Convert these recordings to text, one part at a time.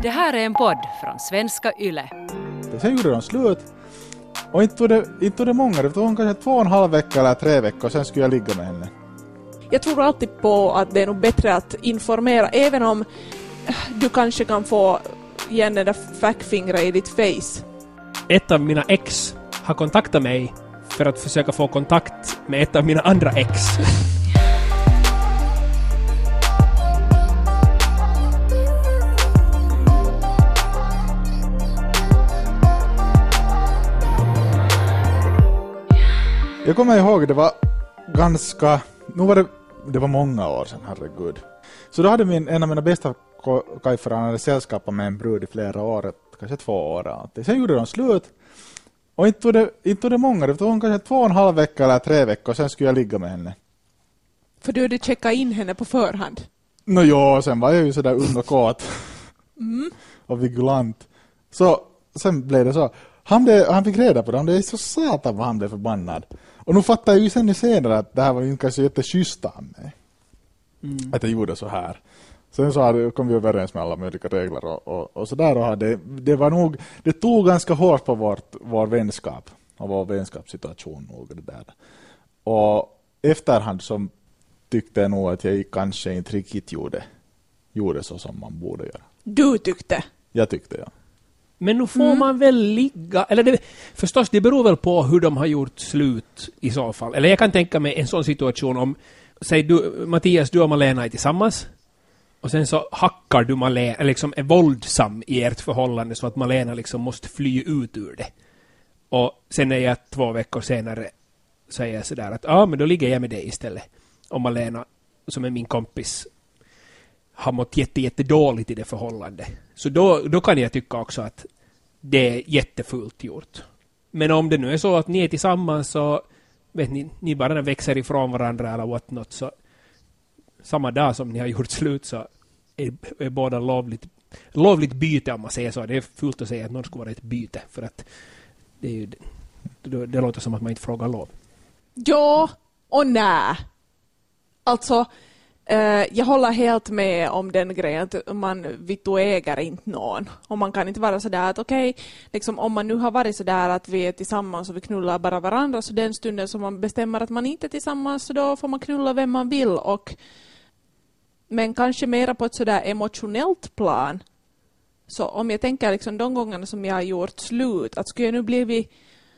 Det här är en podd från Svenska Yle. Sen gjorde de slut. Och inte tog det många. Det tog kanske 2,5 veckor eller 3 veckor. Sen skulle jag ligga med henne. Jag tror alltid på att det är nog bättre att informera. Även om du kanske kan få igen den där fackfingret i ditt face. Ett av mina ex har kontaktat mig för att försöka få kontakt med ett av mina andra ex. Jag kommer ihåg, det var ganska... Det var många år sedan, herregud. Så då hade en av mina bästa kajfaraner sällskapat med en brud i flera år, kanske 2 år. Sen gjorde de slut. Och inte tog det många, det tog kanske 2,5 veckor eller 3 veckor. Sen skulle jag ligga med henne. För du hade checkat in henne på förhand? Sen var jag ju sådär ung och kåt. Och vigilant. Så sen blev det så. Han fick reda på det. Det är så satan vad han blev förbannad. Och nu fattar jag ju sen senare att det här var ju inte så jätteschysst av mig. Att jag gjorde så här. Sen så kom vi överens med alla möjliga regler och sådär. Och det tog ganska hårt på vår vänskap. Och vår vänskapssituation nog det där. Och efterhand så tyckte jag nog att jag kanske inte riktigt gjorde så som man borde göra. Du tyckte? Jag tyckte, ja. Men nu får man väl ligga... Eller förstås, det beror väl på hur de har gjort slut i så fall. Eller jag kan tänka mig en sån situation om... Säg du, Mattias, du och Malena är tillsammans. Och sen så hackar du Malena, liksom är våldsam i ert förhållande så att Malena liksom måste fly ut ur det. Och sen är jag 2 veckor senare säger jag sådär att men då ligger jag med dig istället. Och Malena, som är min kompis, har mått jättedåligt i det förhållande. Så då kan jag tycka också att det är jättefullt gjort. Men om det nu är så att ni är tillsammans så vet ni bara växer ifrån varandra eller what not, så samma dag som ni har gjort slut så är båda lovligt byte, om man säger så. Det är fullt att säga att någon ska vara ett byte, för att det låter som att man inte frågar lov. Ja och nej. Alltså jag håller helt med om den grejen att man äger inte någon. Och man kan inte vara sådär att okej, liksom om man nu har varit sådär att vi är tillsammans och vi knullar bara varandra, så den stunden som man bestämmer att man inte är tillsammans, så då får man knulla vem man vill. Men kanske mera på ett sådär emotionellt plan. Så om jag tänker liksom de gångerna som jag har gjort slut, att skulle jag nu blivit...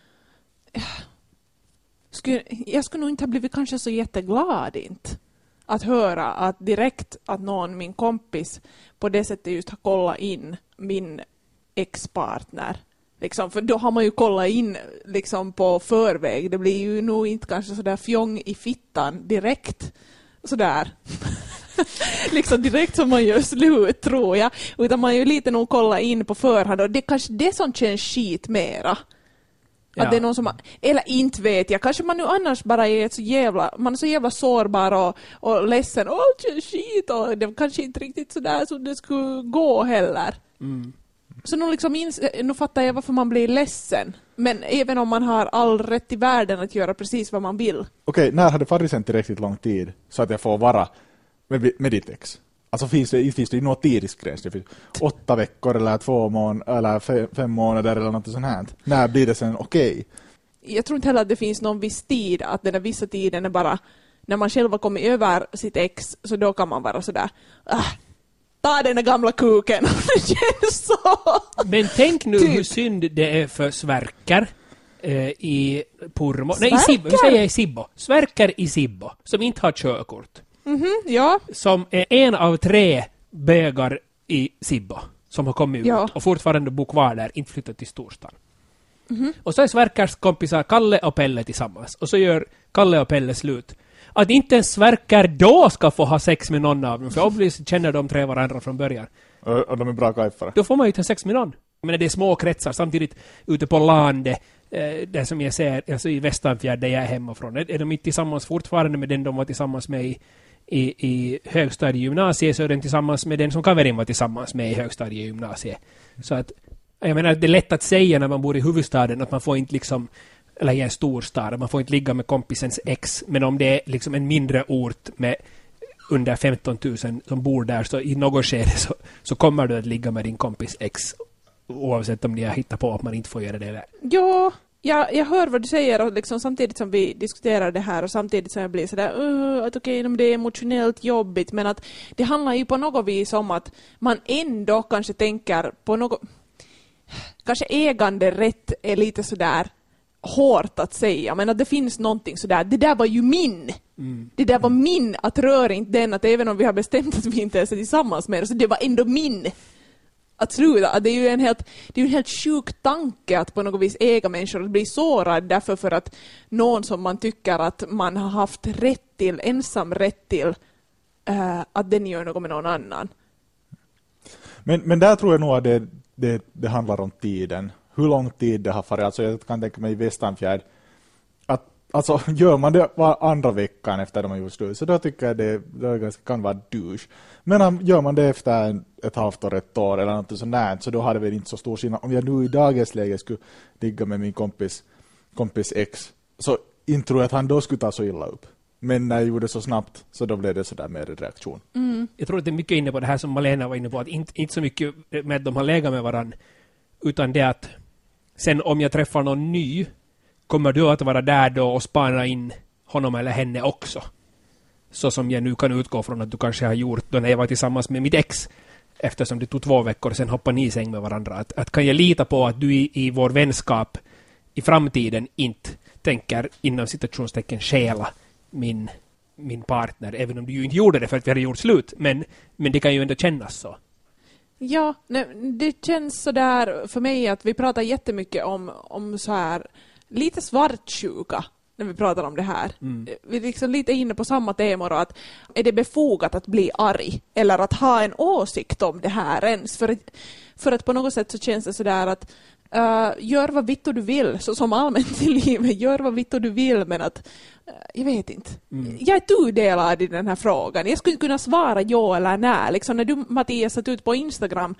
Jag skulle nog inte ha blivit kanske så jätteglad inte. Att höra att direkt att min kompis på det sättet just har kollat in min ex-partner. Liksom, för då har man ju kollat in liksom på förväg. Det blir ju nog inte kanske sådär fjong i fittan direkt. Sådär. Liksom direkt som man gör slut, tror jag. Utan man ju lite nog kolla in på förhand. Och det är kanske det som känns skit mera. Att det är någon som eller inte vet jag. Kanske man nu annars bara är man är så jävla sårbar och ledsen. Shit, och det var kanske inte riktigt sådär som det skulle gå heller. Så nu fattar jag varför man blir ledsen. Men även om man har all rätt i världen att göra precis vad man vill. Okej, när hade farit sen tillräckligt lång tid så att jag får vara med ditt ex? Alltså finns det något tidsgräns? Det finns 8 veckor eller 2 månader eller 5 månader eller något sånt här. När blir det sen okej? Jag tror inte heller att det finns någon viss tid. Att den där vissa tiden är bara när man själv har kommit över sitt ex, så då kan man vara sådär ta den där gamla kuken. Det känns så. Men tänk nu hur synd det är för Sverker i Purmo. Nej, i Sibbo. Vi säger i Sibbo. Sverker i Sibbo som inte har körkort. Ja. Som är en av 3 bögar i Sibbo som har kommit ut och fortfarande bor kvar där, inte flyttat till storstan. Och så är Sverkers kompisar Kalle och Pelle tillsammans. Och så gör Kalle och Pelle slut. Att inte ens Sverker då ska få ha sex med någon av dem. För obviously känner de 3 varandra från början. Och de är bra kajfare. Då får man ju inte ha sex med någon. Men det är små kretsar samtidigt ute på landet. Det som jag ser, alltså i Västanfjärd där jag är hemifrån. Är de inte tillsammans fortfarande med den de var tillsammans med i högstadiegymnasiet, så är den tillsammans med den som Kaverin var tillsammans med i högstadiegymnasiet. Så att, jag menar, det är lätt att säga när man bor i huvudstaden att man får inte liksom, eller i en storstad, man får inte ligga med kompisens ex, men om det är liksom en mindre ort med under 15 000 som bor där, så i något skede så kommer du att ligga med din kompis ex, oavsett om ni har hittat på att man inte får göra det där. Ja, jag hör vad du säger, och liksom samtidigt som vi diskuterar det här och samtidigt som jag blir sådär att okej, det är emotionellt jobbigt, men att det handlar ju på något vis om att man ändå kanske tänker på något, kanske äganderätt är lite sådär hårt att säga, men att det finns någonting sådär, det där var ju min. Det där var min, att rör inte den, att även om vi har bestämt att vi inte är tillsammans med det, så det var ändå min att sluta. Det är ju en helt sjuk tanke att på något vis äga människor och bli sårad därför för att någon som man tycker att man har haft ensam rätt till, att den gör något med någon annan. Men där tror jag nog att det handlar om tiden. Hur lång tid det har farit. Alltså jag kan tänka mig i Västanfjärd att alltså, gör man det var andra veckan efter de har gjort slut, så då tycker jag det kan vara douche. Men gör man det efter ett halvt år, ett år eller något sånt där, så då har det väl inte så stor skillnad. Om jag nu i dagens läge skulle ligga med min kompis ex, så inte tror jag att han då skulle ta så illa upp. Men när jag gjorde det så snabbt, så då blev det sådär mer reaktion. Jag tror att det är mycket inne på det här som Malena var inne på, att inte så mycket med att de har legat med varandra, utan det att sen om jag träffar någon ny, kommer du att vara där då och spana in honom eller henne också? Så som jag nu kan utgå från att du kanske har gjort då när jag var tillsammans med mitt ex, eftersom det tog 2 veckor och sen hoppade ni i säng med varandra. Att kan jag lita på att du i vår vänskap i framtiden inte tänker inom citationstecken stjäla min partner, även om du ju inte gjorde det för att vi hade gjort slut, men det kan ju ändå kännas så. Ja, det känns så där för mig att vi pratar jättemycket om så här lite svartsjuka när vi pratar om det här. Vi är liksom lite inne på samma tema då, att är det befogat att bli arg eller att ha en åsikt om det här ens? För att på något sätt så känns det så där att gör vad vitt du vill, så som allmänt i livet, gör vad vitt du vill, men att jag vet inte. Jag är tudelad i den här frågan. Jag skulle kunna svara ja eller nej. Liksom när du, Mattias, satt ut på Instagram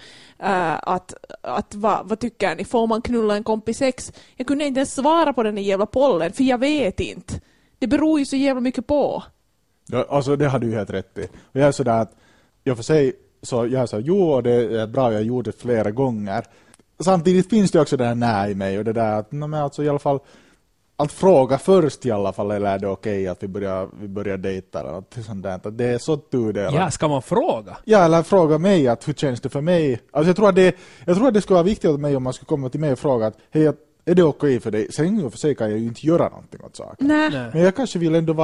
vad tycker ni? Får man knulla en kompis ex? Jag kunde inte ens svara på den jävla pollen, för jag vet inte. Det beror ju så jävla mycket på. Ja, alltså det har du helt rätt i. Och jag är sådär att jag får säga så jag sa jo, det är bra, jag gjorde det flera gånger. Samtidigt finns det också det här nej i mig och det där att men alltså i alla fall att fråga först i alla fall, eller är det okej att vi börjar dejta eller något sånt där. Att det är så tudelat. Ja, ska man fråga? Ja, eller fråga mig att hur känns det för mig? Alltså jag tror att det skulle vara viktigt för mig om man skulle komma till mig och fråga att hej, är det okej för dig? Sen för sig kan jag ju inte göra någonting åt saken. Nej. Men jag kanske vill ändå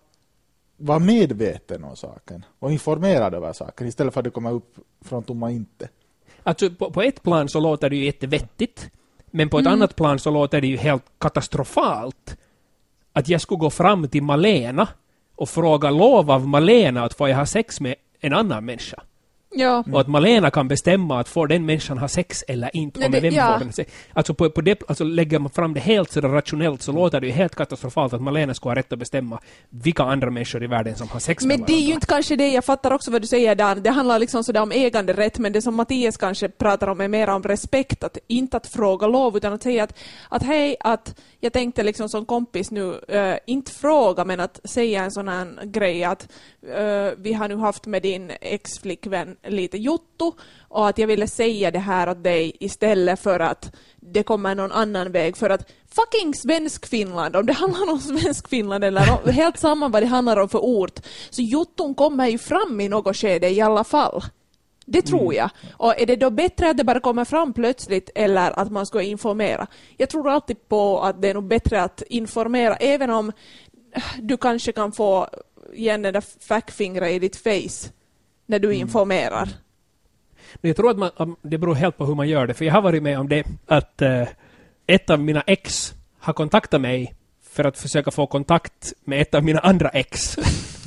vara medveten om saken och informerad över saken istället för att det kommer upp från tomma inte. Alltså på ett plan så låter det ju jättevettigt, men på ett annat plan så låter det ju helt katastrofalt att jag skulle gå fram till Malena och fråga lov av Malena att få jag ha sex med en annan människa. Ja. Och att Malena kan bestämma att får den människan ha sex eller inte. Och med vem får den sex. Alltså, på det, alltså lägger man fram det helt så rationellt så låter det ju helt katastrofalt att Malena ska ha rätt att bestämma vilka andra människor i världen som har sex med varandra. Men det är ju inte kanske det, jag fattar också vad du säger där. Det handlar liksom sådär om äganderätt, men det som Mattias kanske pratar om är mer om respekt. Att inte att fråga lov utan att säga att hej, att jag tänkte liksom som kompis nu, inte fråga men att säga en sån här grej att vi har nu haft med din ex-flickvän lite jotto och att jag ville säga det här åt dig istället för att det kommer någon annan väg, för att fucking Svensk-Finland, om det handlar om Svensk-Finland eller helt samma vad det handlar om för ort, så jotton kommer ju fram i något skede i alla fall. Det tror jag. Och är det då bättre att det bara kommer fram plötsligt eller att man ska informera? Jag tror alltid på att det är nog bättre att informera, även om du kanske kan få igen den där fackfingret i ditt face när du informerar. Men jag tror att det beror helt på hur man gör det. För jag har varit med om det att ett av mina ex har kontaktat mig för att försöka få kontakt med ett av mina andra ex.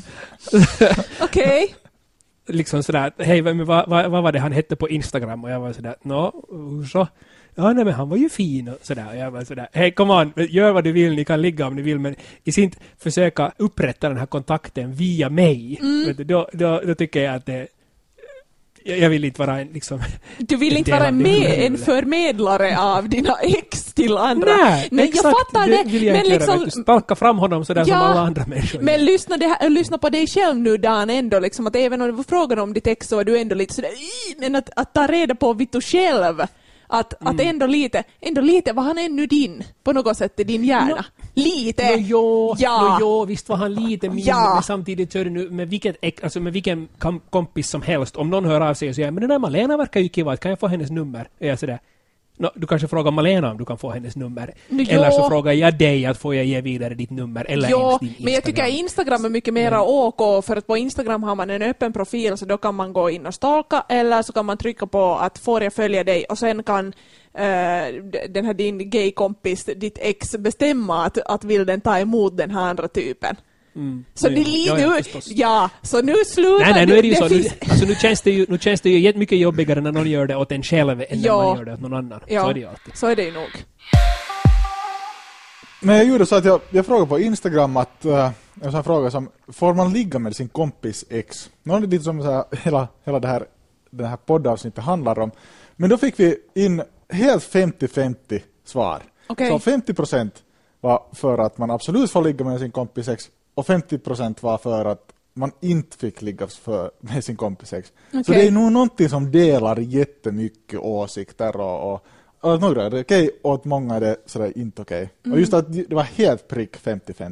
Okej. Liksom sådär, hej, vad var det han hette på Instagram? Och jag var sådär, så. Ja, nej, men han var ju fin och sådär. Och jag var sådär, hej, kom on, gör vad du vill, ni kan ligga om ni vill, men i sin försöka upprätta den här kontakten via mig. Då tycker jag att Jag vill inte vara en liksom... Du vill inte vara en förmedlare av dina ex till andra. Nej, jag exakt. fattar det. Vill jag Men inte liksom, göra. Du sparkar fram honom sådär som alla andra människor. Men lyssna på dig själv nu, Dan, ändå. Liksom, att även om du får frågan om ditt ex så är du ändå lite sådär... Men att ta reda på Vittu själv. Att ändå lite, var han ännu din? På något sätt i din hjärna. Lite! Jo, visst var han lite min, men samtidigt så är det nu med vilken kompis som helst. Om någon hör av sig och säger, men den där Malena verkar ju kiva, kan jag få hennes nummer? Och jag sådär, du kanske frågar Malena om du kan få hennes nummer. Eller så frågar jag dig att får jag ge vidare ditt nummer eller ens din Instagram. Men jag tycker att Instagram är mycket mer OK, för att på Instagram har man en öppen profil så då kan man gå in och stalka, eller så kan man trycka på att får jag följa dig, och sen kan den här din gaykompis, ditt ex, bestämma att vill den ta emot den här andra typen. Så det så nu slutar Nej, nu är det ju så. Nu känns det ju mycket jobbigare när någon gör det åt en själv än när man gör det åt någon annan. Ja, så är det ju alltid. Så är det ju nog. Men jag gjorde så att jag frågade på Instagram att en sån fråga som, får man ligga med sin kompis ex? Någon är lite som så här, hela det här poddavsnittet handlar om. Men då fick vi in helt 50-50 svar. Okay. Så 50% var för att man absolut får ligga med sin kompis ex, och 50% var för att man inte fick ligga med sin kompis ex. Okay. Så det är nog någonting som delar jättemycket åsikter och några är det okej, och åt många är det sådär inte okej. Och just att det var helt prick 50-50.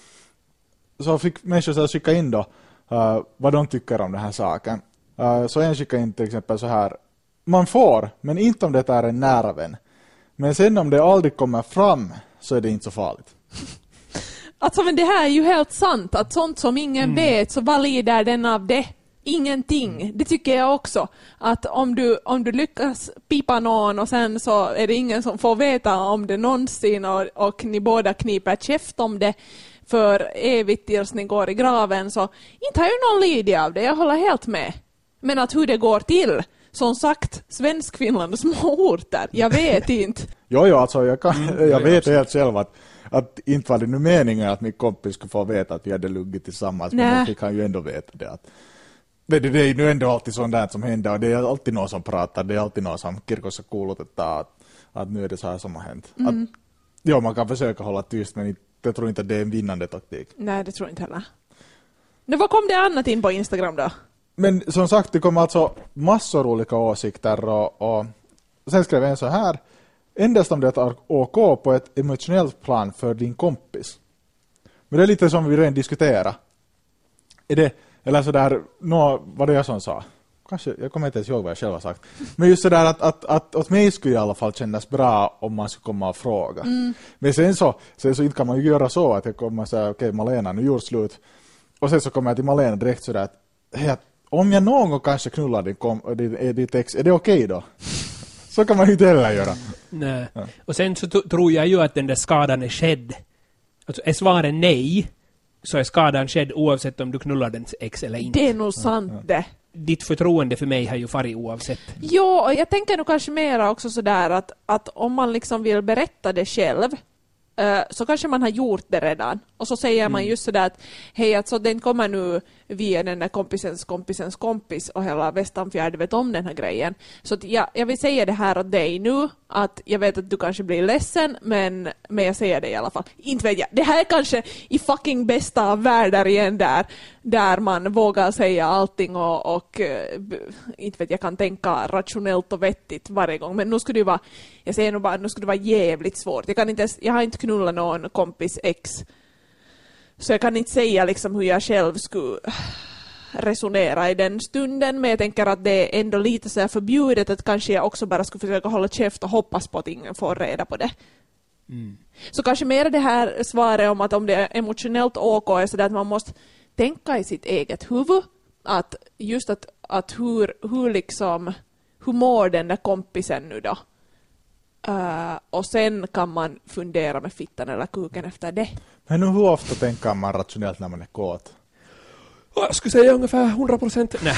Så fick människor så skicka in då vad de tycker om den här saken. Så en skickade in till exempel så här: man får, men inte om det är en nära vän. Men sen om det aldrig kommer fram så är det inte så farligt. Alltså, men det här är ju helt sant, att sånt som ingen vet, så vad lider den av det? Ingenting. Det tycker jag också. Att om du lyckas pipa någon och sen så är det ingen som får veta om det någonsin, och ni båda kniper käft om det för evigt tills ni går i graven, så inte har ju någon lidit av det. Jag håller helt med. Men att hur det går till, som sagt, svensk Finland och små orter, jag vet inte. Jo, alltså jag vet helt själv att inte var det nu meningen att min kompis skulle få veta att vi hade luggit tillsammans. Nej. Men man fick han ju ändå veta det. Att, det är nu ändå alltid sånt där som händer, och det är alltid någon som pratar, det är alltid någon som kirkossa kuulutetaan att nu är det så här som har hänt. Att, man kan försöka hålla tyst, men jag tror inte att det är en vinnande taktik. Nej, det tror jag inte heller. Men vad kom det annat in på Instagram då? Men som sagt, det kommer alltså massor olika åsikter, och sen skrev jag en så här: endast om det är OK på ett emotionellt plan för din kompis. Men det är lite som vi redan diskuterade. Är det, eller sådär, vad det jag som sa? Kanske, jag kommer inte ens ihåg vad jag själv har sagt. Men just sådär att åt mig skulle i alla fall kännas bra om man skulle komma och fråga. Men sen så inte kan man ju göra så att jag kommer och säga, okej, Malena, nu gjorde slut. Och sen så kommer jag till Malena direkt sådär att, hej, om jag någon gång kanske knullar ditt ex, är det okej då? Så kan man ju inte heller göra. Nej. Ja. Och sen så tror jag ju att den där skadan är skedd. Alltså är svaret nej, så är skadan skedd oavsett om du knullar den ex eller inte. Det är nog sant det. Ditt förtroende för mig har ju farit oavsett. Jo, och jag tänker nog kanske mera också sådär att om man liksom vill berätta det själv, så kanske man har gjort det redan. Och så säger man just sådär att hej, alltså den kommer nu via den där kompisens kompis, och hela Västanfjärd vet om den här grejen. Så att jag vill säga det här åt dig nu, att jag vet att du kanske blir ledsen, men jag säger det i alla fall. Inte vet jag. Det här är kanske i fucking bästa av världar igen där man vågar säga allting och inte vet jag, kan tänka rationellt och vettigt varje gång. Men nu skulle det vara, jag säger nog bara, nu skulle det vara jävligt svårt. Jag har inte knullat någon kompis ex. Så jag kan inte säga liksom hur jag själv skulle resonera i den stunden, men jag tänker att det är ändå lite så här förbjudet, att kanske jag också bara skulle försöka hålla käft och hoppas på att ingen får reda på det. Så kanske mer det här svaret om att om det är emotionellt OK är så där att man måste tänka i sitt eget huvud, att just att hur mår den där kompisen nu då? Och sen kan man fundera med fittan eller kuken efter det. Men hur ofta tänker man rationellt när man är kåt? Jag skulle säga ungefär 100%. Nej.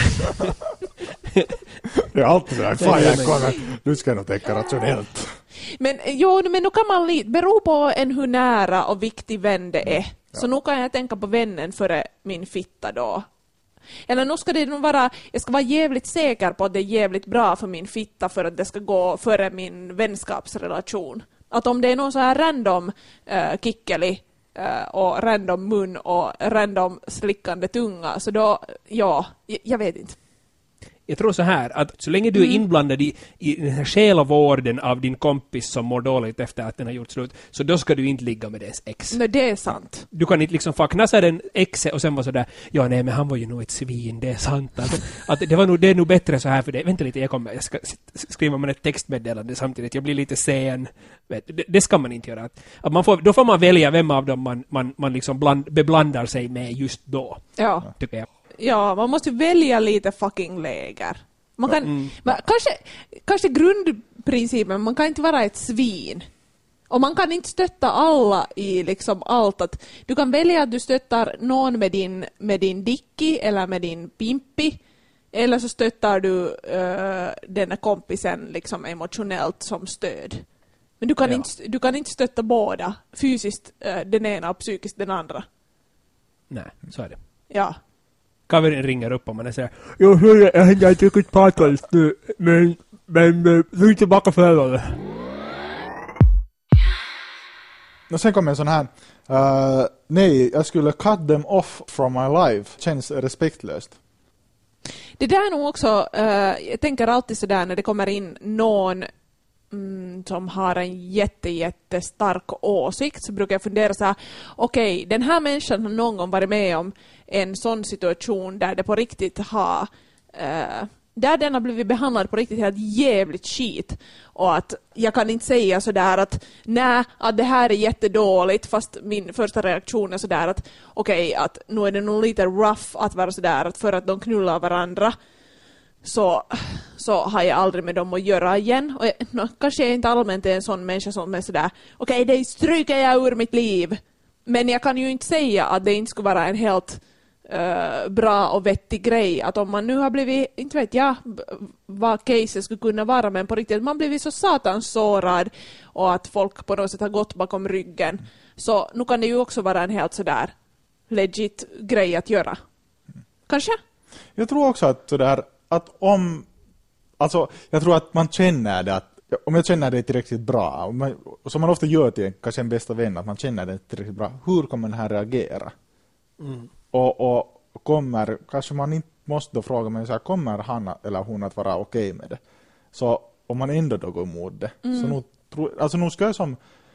Det är alltid där. Fan, jag kommer. Du ska nog tänka rationellt. Men nu kan man bero på hur nära och viktig vän det är. Så nu kan jag tänka på vännen före min fitta då. Eller nu ska det nog vara, jag ska vara jävligt säker på att det är jävligt bra för min fitta för att det ska gå före min vänskapsrelation. Att om det är någon så här random kickeli och random mun och random slickande tunga, så då, ja, jag vet inte. Jag tror så här, att så länge du är inblandad i den här själavården av din kompis som mår dåligt efter att den har gjort slut, så då ska du inte ligga med dess ex. Men det är sant. Du kan inte liksom få knassa den exet och sen vara sådär, ja nej men han var ju nog ett svin, det är sant. Att det är nog bättre så här för det. Vänta lite, jag ska skriva med ett textmeddelande samtidigt, jag blir lite sen. Det ska man inte göra. Att då får man välja vem av dem man liksom beblandar sig med just då. Ja. Tycker jag. Ja, man måste välja lite fucking läger. Man kan, kanske grundprincipen, man kan inte vara ett svin. Och man kan inte stötta alla i liksom allt. Att du kan välja att du stöttar någon med din dicki eller med din pimpi. Eller så stöttar du den här kompisen liksom emotionellt som stöd. Men du kan inte stötta båda. Fysiskt den ena och psykiskt den andra. Nej, så är det. Ja. Kaverin ringer upp och man säger jag har inte riktigt pratat just nu, men du är tillbaka för det. Och sen kommer en sån här nej, jag skulle cut them off from my life. Känns respektlöst. Det där är nog också, jag tänker alltid sådär när det kommer in någon som har en jättestark åsikt, så brukar jag fundera så här: okej, den här människan har någon gång varit med om en sån situation där det på riktigt har där den har blivit behandlad på riktigt helt jävligt skit, och att jag kan inte säga sådär att nej, att det här är jättedåligt, fast min första reaktion är sådär att okej, att nu är det nog lite rough att vara sådär att för att de knullar varandra så har jag aldrig med dem att göra igen. Och kanske är inte allmänt en sån människa som är sådär okej, det stryker jag ur mitt liv. Men jag kan ju inte säga att det inte skulle vara en helt bra och vettig grej. Att om man nu har blivit, inte vet jag vad caset skulle kunna vara, men på riktigt att man blivit så satans sårad och att folk på något sätt har gått bakom ryggen. Så nu kan det ju också vara en helt sådär legit grej att göra. Kanske? Jag tror också att sådär att jag tror att man känner det, att om jag känner det tillräckligt bra, som man ofta gör till kanske en bästa vän, att man känner det tillräckligt bra, hur kommer den här reagera? Och kommer, kanske man inte måste då fråga, men så här, kommer han eller hon att vara okej med det? Så om man ändå då går emot det, så nu ska jag som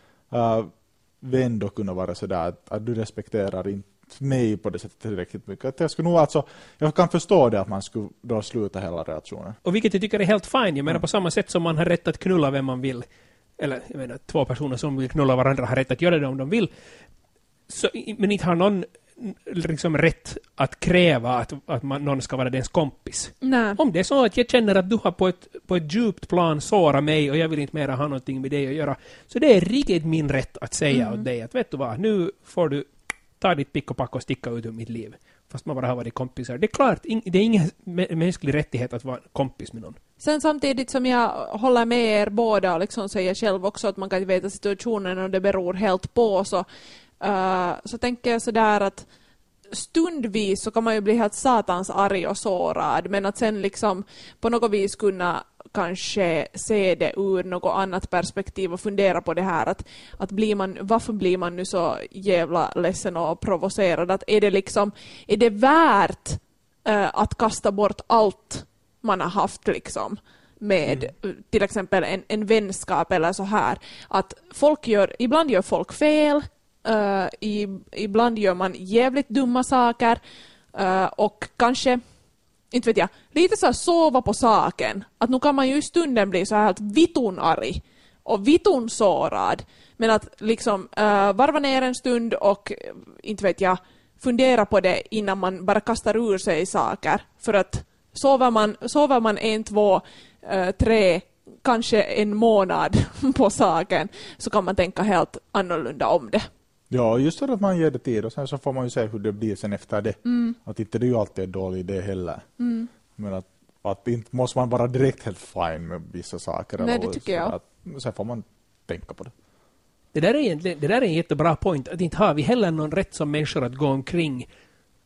vän då kunna vara sådär att du respekterar inte mig på det sättet tillräckligt mycket. Att jag kan förstå det att man skulle då sluta hela relationen. Och vilket jag tycker är helt fine. Jag menar på samma sätt som man har rätt att knulla vem man vill. Eller jag menar, två personer som vill knulla varandra har rätt att göra det om de vill. Så, men inte har någon liksom rätt att kräva att någon ska vara dens kompis. Nej. Om det är så att jag känner att du har på ett djupt plan sårat mig och jag vill inte mer ha någonting med dig att göra, så det är riktigt min rätt att säga åt dig att vet du vad, nu får du ta ditt pick och pack och sticka ut ur mitt liv. Fast man bara har varit kompisar. Det är klart, det är ingen mänsklig rättighet att vara kompis med någon. Sen samtidigt som jag håller med er båda och liksom säger själv också att man kan veta situationen och det beror helt på, så tänker jag sådär att stundvis så kan man ju bli helt satans arg och sårad, men att sen liksom på något vis kunna kanske se det ur något annat perspektiv och fundera på det här att varför blir man nu så jävla ledsen och provocerad, att är det värt att kasta bort allt man har haft liksom med till exempel en vänskap eller så här, att ibland gör folk fel, ibland gör man jävligt dumma saker och kanske inte vet jag, lite så här sova på saken. Att nu kan man ju i stunden bli så här helt vitunarg och vitunsårad. Men att liksom varva ner en stund och inte vet jag, fundera på det innan man bara kastar ur sig saker. För att sover man 1, 2, 3, kanske en månad på saken, så kan man tänka helt annorlunda om det. Ja, just för att man ger det tid och sen så får man ju se hur det blir sen efter det. Att inte det är ju alltid en dålig idé heller. Men att inte måste man vara direkt helt fine med vissa saker. Nej, det tycker jag. Sen får man tänka på det. Det där är en jättebra point. Att inte har vi heller någon rätt som människor att gå omkring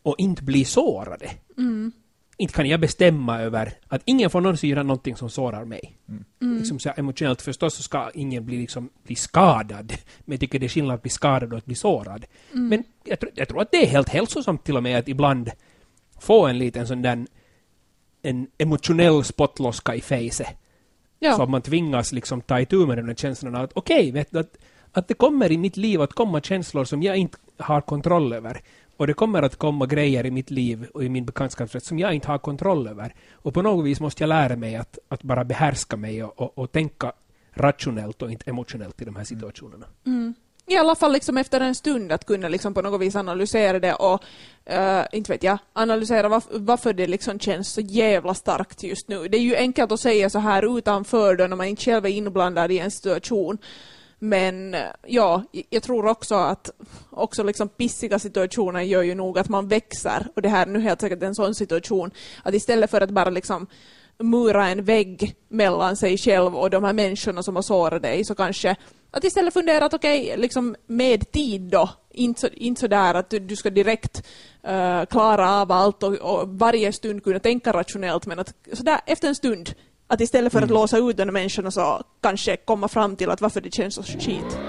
och inte bli sårade. Inte kan jag bestämma över att ingen får någonsin göra någonting som sårar mig. Liksom så emotionellt förstås så ska ingen bli skadad. Men jag tycker det är skillnad att bli skadad och att bli sårad. Men jag tror att det är helt hälsosamt till och med att ibland få en liten sån där en emotionell spottloska i face. Ja. Så att man tvingas liksom ta itu med den här känslorna att okej, vet du, att det kommer i mitt liv att komma känslor som jag inte har kontroll över. Och det kommer att komma grejer i mitt liv och i min bekantskapsrätt som jag inte har kontroll över. Och på något vis måste jag lära mig att bara behärska mig och tänka rationellt och inte emotionellt i de här situationerna. I alla fall liksom efter en stund att kunna liksom på något vis analysera det och inte vet jag, analysera varför det liksom känns så jävla starkt just nu. Det är ju enkelt att säga så här utanför då när man inte själv är inblandad i en situation. Men ja, jag tror också att också liksom pissiga situationer gör ju nog att man växer. Och det här är nu helt säkert en sån situation att istället för att bara liksom mura en vägg mellan sig själv och de här människorna som har sårat dig, så kanske att istället fundera att okej, liksom med tid då, inte så där att du ska direkt klara av allt och varje stund kunna tänka rationellt, men att så där efter en stund att istället för att låsa ut de människorna så kanske komma fram till att varför det känns så skit.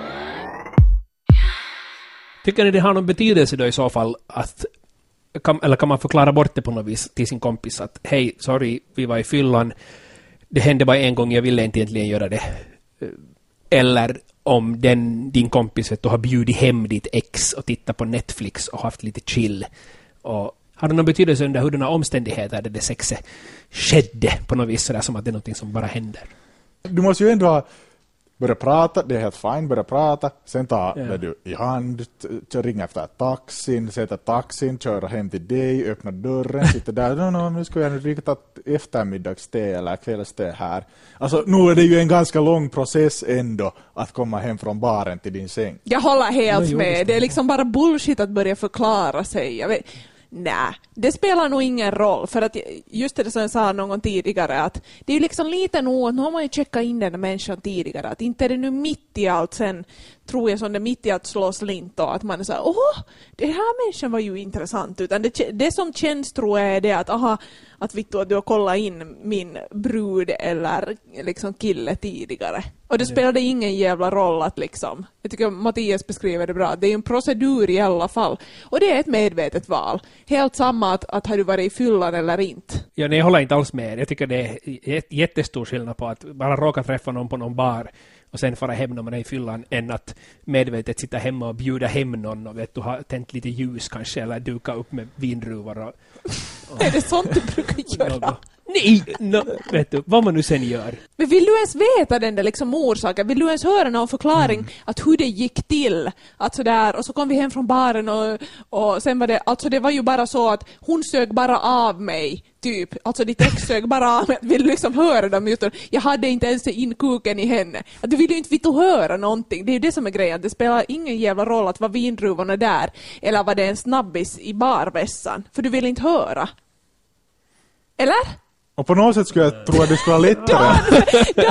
Tycker ni det har någon betydelse då i så fall att eller kan man förklara bort det på något vis till sin kompis att hej, sorry, vi var i fyllan, det hände bara en gång, jag ville inte egentligen göra det. Eller om din kompis vet du, har bjudit hem ditt ex och tittat på Netflix och haft lite chill. Och har det någon betydelse under hurdana omständigheter det sexet skedde på något vis sådär som att det är någonting som bara händer? Du måste ju ändå börja prata, det är helt fine, börja prata, sen ta du i hand, ringa efter taxin, sätta taxin, köra hem till dig, öppna dörren, sitta där, nu ska jag dricka eftermiddagste eller kvällste här. Alltså nu är det ju en ganska lång process ändå att komma hem från baren till din säng. Jag håller helt med, det är liksom bara bullshit att börja förklara sig. Nej, det spelar nog ingen roll, för att just det som jag sa någon gång tidigare, att det är ju liksom lite nog, nu har man ju checkat in den människan tidigare, att inte är det nu mitt i allt sen, tror jag som det mitt i att slå slint och att man är så här, det här människan var ju intressant, utan det som känns tror jag är det att Victor, du har kollat in min brud eller liksom kille tidigare. Och det spelade ingen jävla roll att liksom, jag tycker Mattias beskriver det bra, det är en procedur i alla fall. Och det är ett medvetet val. Helt samma att har du varit i fyllan eller inte. Ja, nej, jag håller inte alls med. Jag tycker det är jättestor skillnad på att bara råka träffa någon på någon bar och sen fara hem när man är i fyllan än att medvetet sitta hemma och bjuda hem någon och vet du har tänt lite ljus kanske eller duka upp med vindruvor och är det sånt du brukar göra? Nej, vet du, vad man nu sen gör. Men vill du ens veta den där liksom orsaken? Vill du ens höra någon förklaring att hur det gick till? Att sådär, och så kom vi hem från baren och sen var det, alltså det var ju bara så att hon sög bara av mig, typ. Alltså ditt ex sög bara av mig. Vill du liksom höra dem utan jag hade inte ens in kuken i henne. Att du vill ju inte vitt höra någonting. Det är ju det som är grejen. Det spelar ingen jävla roll att var vindruvorna där eller var det en snabbis i barvässan. För du vill inte höra. Eller? Och på något sätt skulle jag tro att det skulle vara lättare.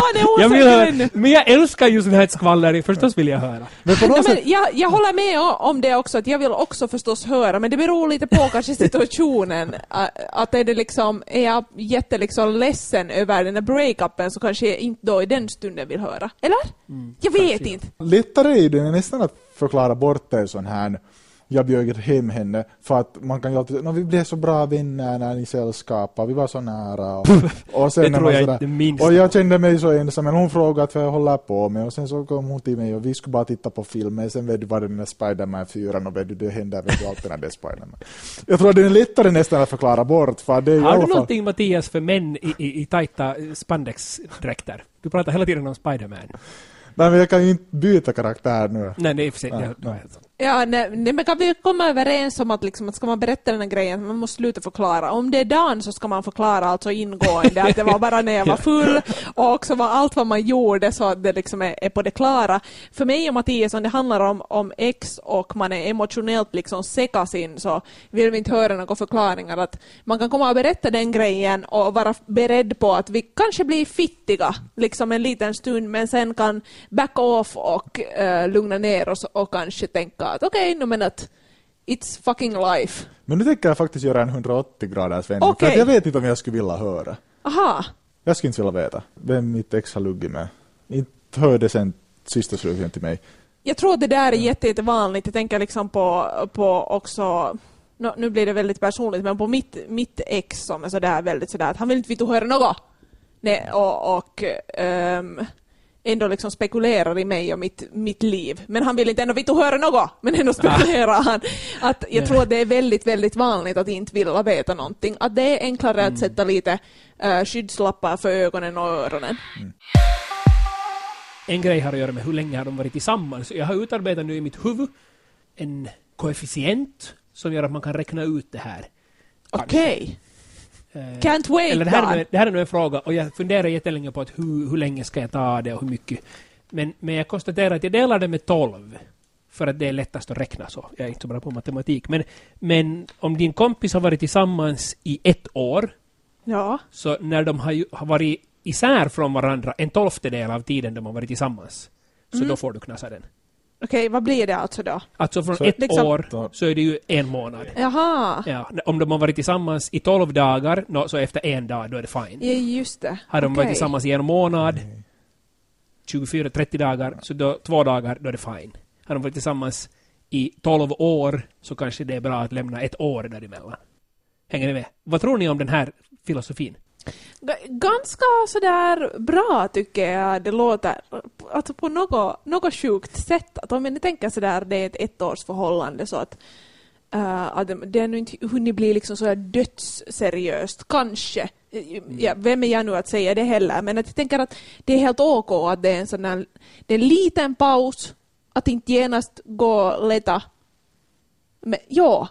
Men jag älskar ju sån här skvaller. Förstås vill jag höra. Men på något sätt... jag håller med om det också. Att jag vill också förstås höra. Men det beror lite på kanske situationen. Att är det liksom, är jag liksom ledsen över den här breakupen så kanske jag inte då i den stunden vill höra. Eller? Jag vet inte. Lättare är det nästan att förklara bort det sån här. Jag bjöd hem henne för att man kan ju alltid vi blev så bra vänner när ni sällskapade, vi var så nära och sen det tror jag inte minst. Och jag kände mig så ensam, men hon frågade vad jag håller på med och sen så kom hon till mig och vi skulle bara titta på filmen, sen vet du vad det är Spider-Man 4 och vet du det händer vet du alltid när det är Spider-Man. Jag tror att det är lättare nästan att förklara bort för det är har du någonting Mattias för män i tajta spandexdräkter? Du pratar hela tiden om Spider-Man. Nej, men jag kan ju inte byta karaktär nu. Nej, det är för sig. Ja, nej, men kan vi komma överens om att, liksom, att ska man berätta den här grejen, man måste sluta förklara. Om det är Dan så ska man förklara alltså ingående att det var bara när jag var full och också var allt vad man gjorde så att det liksom är på det klara. För mig och Mattias, om det handlar om ex och man är emotionellt liksom säckas in så vill vi inte höra några förklaringar. Att man kan komma och berätta den grejen och vara beredd på att vi kanske blir fittiga liksom en liten stund men sen kan back off och lugna ner oss och kanske tänka att okej, men att It's fucking life. Men nu tänker jag faktiskt göra en 180 graders vändning. Okej. För att jag vet inte om jag skulle vilja höra. Aha. Jag skulle inte vilja veta vem mitt ex har luggit med. Inte hörde sen sista slutet till mig. Jag tror att det där är jättevanligt. Jag tänker liksom på också... nu blir det väldigt personligt, men på mitt ex som är sådär väldigt sådär att han vill inte vitt höra något. Nej, och ändå liksom spekulerar i mig och mitt liv. Men han vill inte ändå vitt höra något. Men ändå spekulerar han. Att jag tror att det är väldigt, väldigt vanligt att inte vilja veta någonting. Att det är enklare att sätta lite skyddslappar för ögonen och öronen. En grej har att göra med hur länge har de varit tillsammans. Jag har utarbetat nu i mitt huvud en koefficient som gör att man kan räkna ut det här. Okej. Can't wait. Eller det här är nog en fråga och jag funderar jättelänge på att hur länge ska jag ta det och hur mycket. Men jag konstaterar att jag delar det med 12 för att det är lättast att räkna så. Jag är inte så bra på matematik. Men om din kompis har varit tillsammans i 1 år, Ja. så när de har varit isär från varandra en 12:e av tiden de har varit tillsammans, så då får du knasa den. Okej, vad blir det alltså då? Alltså från Så 1 liksom- år så är det ju 1 månad. Jaha. Ja, om de har varit tillsammans i 12 dagar, så efter 1 dag, då är det fine. Ja, just det. Har de varit Okej. tillsammans i 1 månad, 24-30 dagar, så då 2 dagar, då är det fine. Har de varit tillsammans i 12 år, så kanske det är bra att lämna 1 år däremellan. Hänger ni med? Vad tror ni om den här filosofin? Ganska sådär bra tycker jag det låter. Alltså på något sjukt sätt. Att om ni tänker sådär, det är ett 1-årsförhållande så att det är nu inte hunnit bli liksom sådär dödsseriöst. Kanske. Ja, vem är jag nu att säga det heller? Men att jag tänker att det är helt ok att det är en sån där, det är en liten paus. Att inte genast gå och leta. Men ja.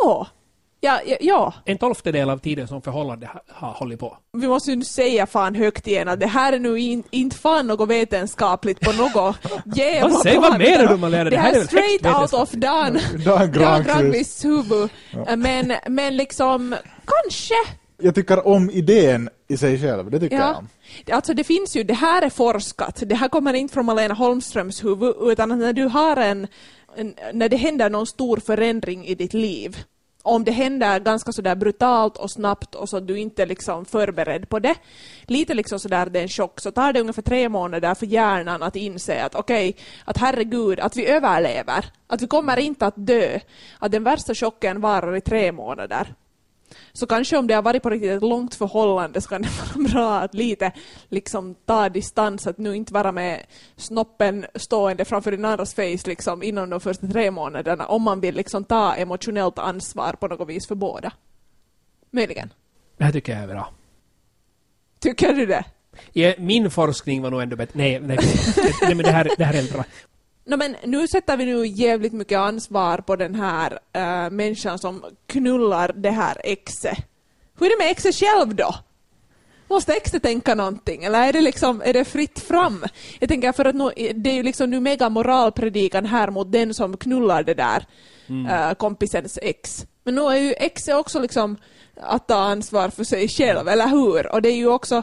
En 12:e av tiden som förhållande har hållit på. Vi måste ju säga fan högt igen att det här är nu inte fan något vetenskapligt på något jävla Säg vad mer du man lära. Det här är väl straight högt out of Dan Granqvists huvud. Men liksom, kanske. Jag tycker om idén i sig själv, det tycker jag om. Alltså det finns ju, det här är forskat. Det här kommer inte från Malena Holmströms huvud, utan att när du har när det händer någon stor förändring i ditt liv, om det händer ganska sådär brutalt och snabbt och så du inte liksom förberedd på det, lite liksom sådär det är en chock, så tar det ungefär 3 månader för hjärnan att inse att okej, att herregud, att vi överlever, att vi kommer inte att dö, att den värsta chocken varar i 3 månader. Så kanske om det har varit på riktigt ett långt förhållande så kan det vara bra att lite liksom ta distans, att nu inte vara med snoppen stående framför din andras face liksom inom de första 3 månaderna, om man vill liksom ta emotionellt ansvar på något vis för båda. Möjligen. Det här tycker jag är bra. Tycker du det? Ja, min forskning var nog ändå bättre. Nej, men det här är helt bra. No, men nu sätter vi nu jävligt mycket ansvar på den här människan som knullar det här exet. Hur är det med exet själv då? Måste exet tänka någonting? Eller är det fritt fram? Jag tänker för att det är ju liksom nu mega moralpredikan här mot den som knullar det där kompisens ex. Men nu är ju exet också liksom att ta ansvar för sig själv, eller hur? Och det är ju också...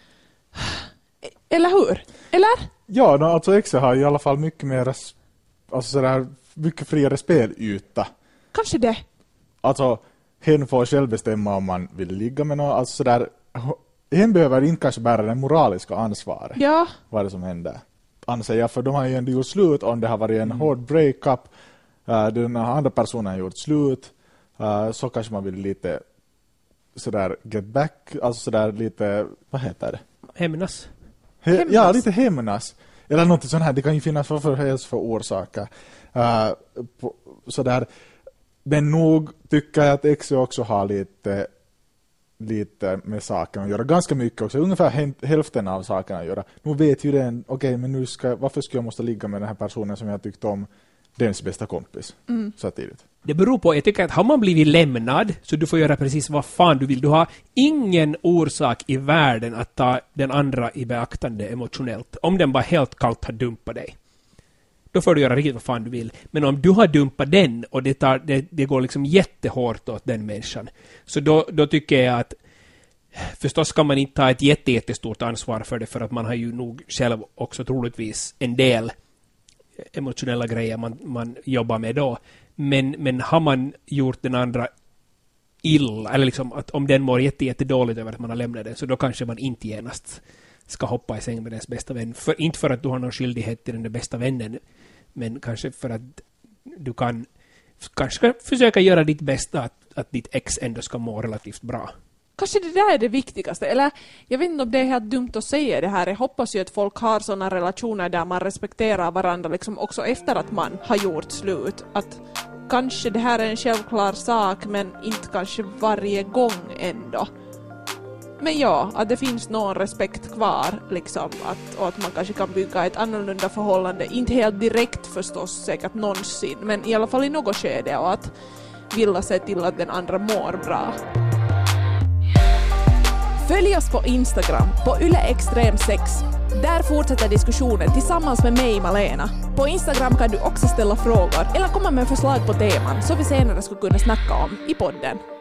Eller hur? Eller? Ja, alltså Exe har i alla fall mycket mer, alltså sådär, mycket friare spelyta. Kanske det. Alltså, hen får själv bestämma om man vill ligga med någon, alltså sådär, hen behöver inte kanske bära den moraliska ansvaret. Ja. Vad det som händer. Anser jag, för de har ju ändå gjort slut om det har varit en hård breakup, den andra personen har gjort slut, så kanske man vill lite sådär get back, alltså sådär lite, vad heter det? Hämnas. Ja, lite hämnas. Eller något sånt här, det kan ju finnas för orsaker. Sådär. Men nog tycker jag att Exe också har lite med saken att göra. Ganska mycket också. Ungefär hälften av sakerna att göra. Nu vet ju den, okej, men varför ska jag måste ligga med den här personen som jag tyckte om dens bästa kompis så tidigt. Det beror på, jag tycker att har man blivit lämnad så du får göra precis vad fan du vill. Du har ingen orsak i världen att ta den andra i beaktande emotionellt. Om den bara helt kallt har dumpat dig. Då får du göra riktigt vad fan du vill. Men om du har dumpat den och det går liksom jättehårt åt den människan, så då tycker jag att förstås ska man inte ta ett jättestort ansvar för det, för att man har ju nog själv också troligtvis en del emotionella grejer man jobbar med då. Men har man gjort den andra illa, eller liksom att om den mår jättedåligt över att man har lämnat den, så då kanske man inte genast ska hoppa i säng med dess bästa vän. Inte för att du har någon skyldighet till den där bästa vännen, men kanske för att du kanske ska försöka göra ditt bästa att ditt ex ändå ska må relativt bra. Kanske det där är det viktigaste. Eller jag vet inte om det är helt dumt att säga det här. Jag hoppas ju att folk har sådana relationer där man respekterar varandra liksom också efter att man har gjort slut. Att kanske det här är en självklar sak, men inte kanske varje gång ändå. Men ja, att det finns någon respekt kvar liksom, och att man kanske kan bygga ett annorlunda förhållande. Inte helt direkt förstås, säkert någonsin, men i alla fall i något skede, och att vilja se till att den andra mår bra. Följ oss på Instagram på @ylextrem6. Där fortsätter diskussionen tillsammans med mig, Malena. På Instagram kan du också ställa frågor eller komma med förslag på teman som vi senare skulle kunna snacka om i podden.